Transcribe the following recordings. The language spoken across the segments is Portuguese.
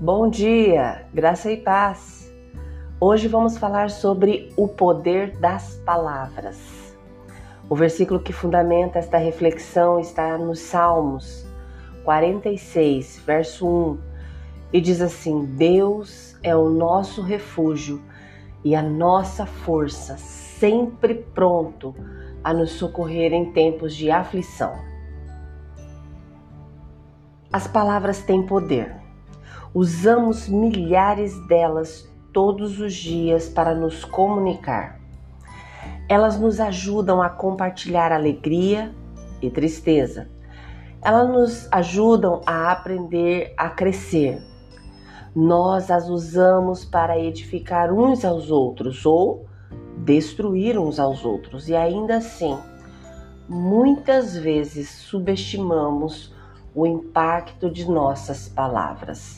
Bom dia, graça e paz. Hoje vamos falar sobre o poder das palavras. O versículo que fundamenta esta reflexão está nos Salmos 46, verso 1, e diz assim: Deus é o nosso refúgio e a nossa força, sempre pronto a nos socorrer em tempos de aflição. As palavras têm poder. Usamos milhares delas todos os dias para nos comunicar. Elas nos ajudam a compartilhar alegria e tristeza. Elas nos ajudam a aprender a crescer. Nós as usamos para edificar uns aos outros ou destruir uns aos outros. E ainda assim, muitas vezes subestimamos o impacto de nossas palavras.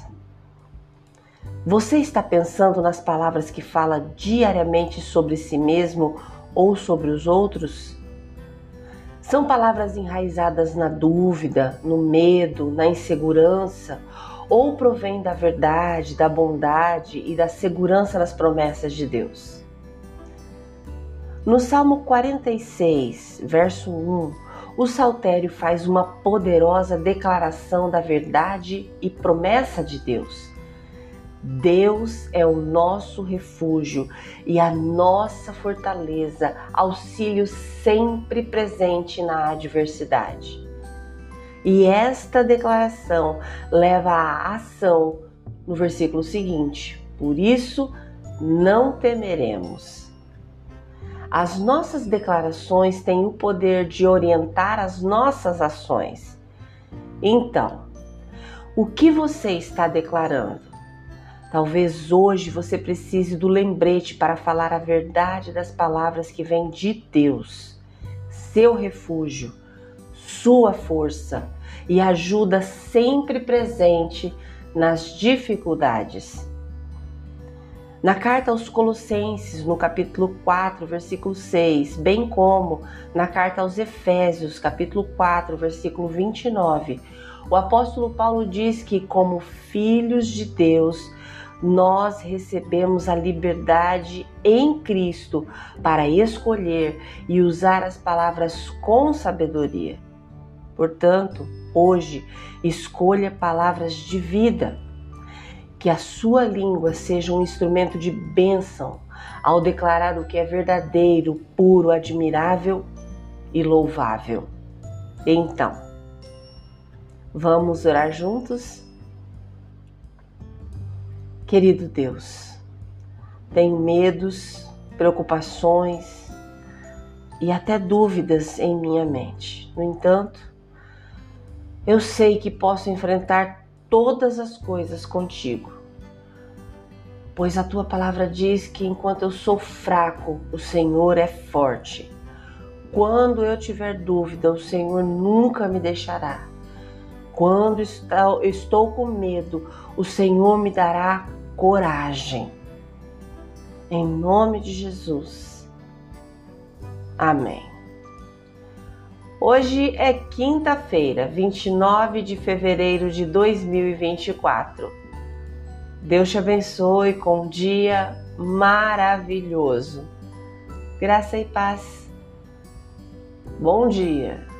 Você está pensando nas palavras que fala diariamente sobre si mesmo ou sobre os outros? São palavras enraizadas na dúvida, no medo, na insegurança, ou provém da verdade, da bondade e da segurança nas promessas de Deus? No Salmo 46, verso 1, o saltério faz uma poderosa declaração da verdade e promessa de Deus. Deus é o nosso refúgio e a nossa fortaleza, auxílio sempre presente na adversidade. E esta declaração leva à ação no versículo seguinte: por isso não temeremos. As nossas declarações têm o poder de orientar as nossas ações. Então, o que você está declarando? Talvez hoje você precise do lembrete para falar a verdade das palavras que vêm de Deus, seu refúgio, sua força e ajuda sempre presente nas dificuldades. Na carta aos Colossenses, no capítulo 4, versículo 6, bem como na carta aos Efésios, capítulo 4, versículo 29, o apóstolo Paulo diz que, como filhos de Deus, nós recebemos a liberdade em Cristo para escolher e usar as palavras com sabedoria. Portanto, hoje, escolha palavras de vida. Que a sua língua seja um instrumento de bênção ao declarar o que é verdadeiro, puro, admirável e louvável. Então, vamos orar juntos? Querido Deus, tenho medos, preocupações e até dúvidas em minha mente. No entanto, eu sei que posso enfrentar todas as coisas contigo, pois a tua palavra diz que enquanto eu sou fraco, o Senhor é forte. Quando eu tiver dúvida, o Senhor nunca me deixará. Quando estou com medo, o Senhor me dará coragem. Em nome de Jesus. Amém. Hoje é quinta-feira, 29 de fevereiro de 2024. Deus te abençoe com um dia maravilhoso. Graça e paz. Bom dia.